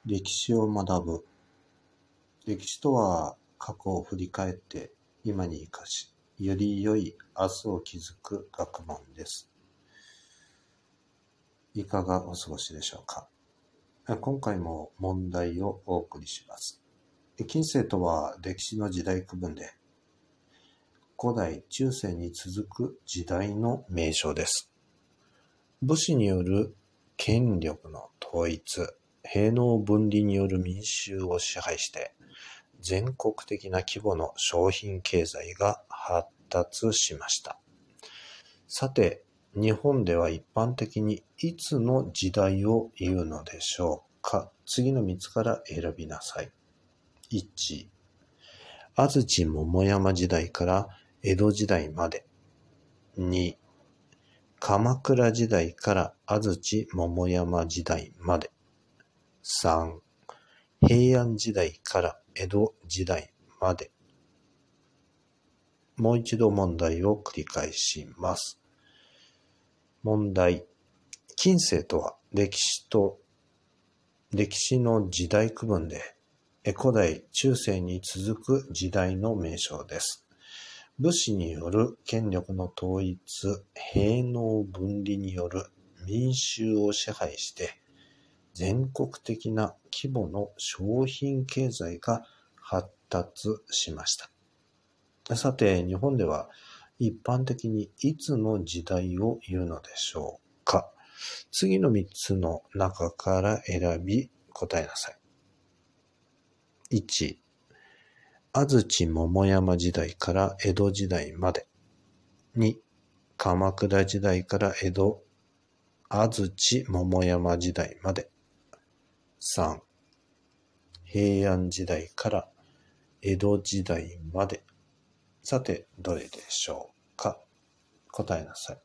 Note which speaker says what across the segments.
Speaker 1: 歴史を学ぶ。歴史とは過去を振り返って今に生かし、より良い明日を築く学問です。いかがお過ごしでしょうか。今回も問題をお送りします。近世とは歴史の時代区分で、古代中世に続く時代の名称です。武士による権力の統一、兵農分離による民衆を支配して、全国的な規模の商品経済が発達しました。さて、日本では一般的にいつの時代を言うのでしょうか。次の3つから選びなさい。1、安土桃山時代から江戸時代まで。2、鎌倉時代から安土桃山時代まで。3、平安時代から江戸時代まで。もう一度問題を繰り返します。問題。近世とは歴史の時代区分で、古代中世に続く時代の名称です。武士による権力の統一、兵農分離による民衆を支配して、全国的な規模の商品経済が発達しました。さて、日本では一般的にいつの時代を言うのでしょうか。次の3つの中から選び答えなさい。1、安土桃山時代から江戸時代まで。2、鎌倉時代から安土桃山時代まで。3、平安時代から江戸時代まで。さて、どれでしょうか。答えなさい。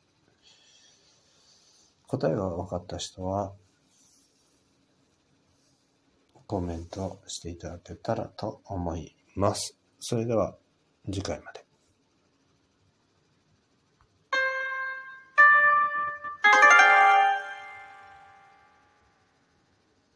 Speaker 1: 答えが分かった人は、コメントしていただけたらと思います。それでは、次回まで。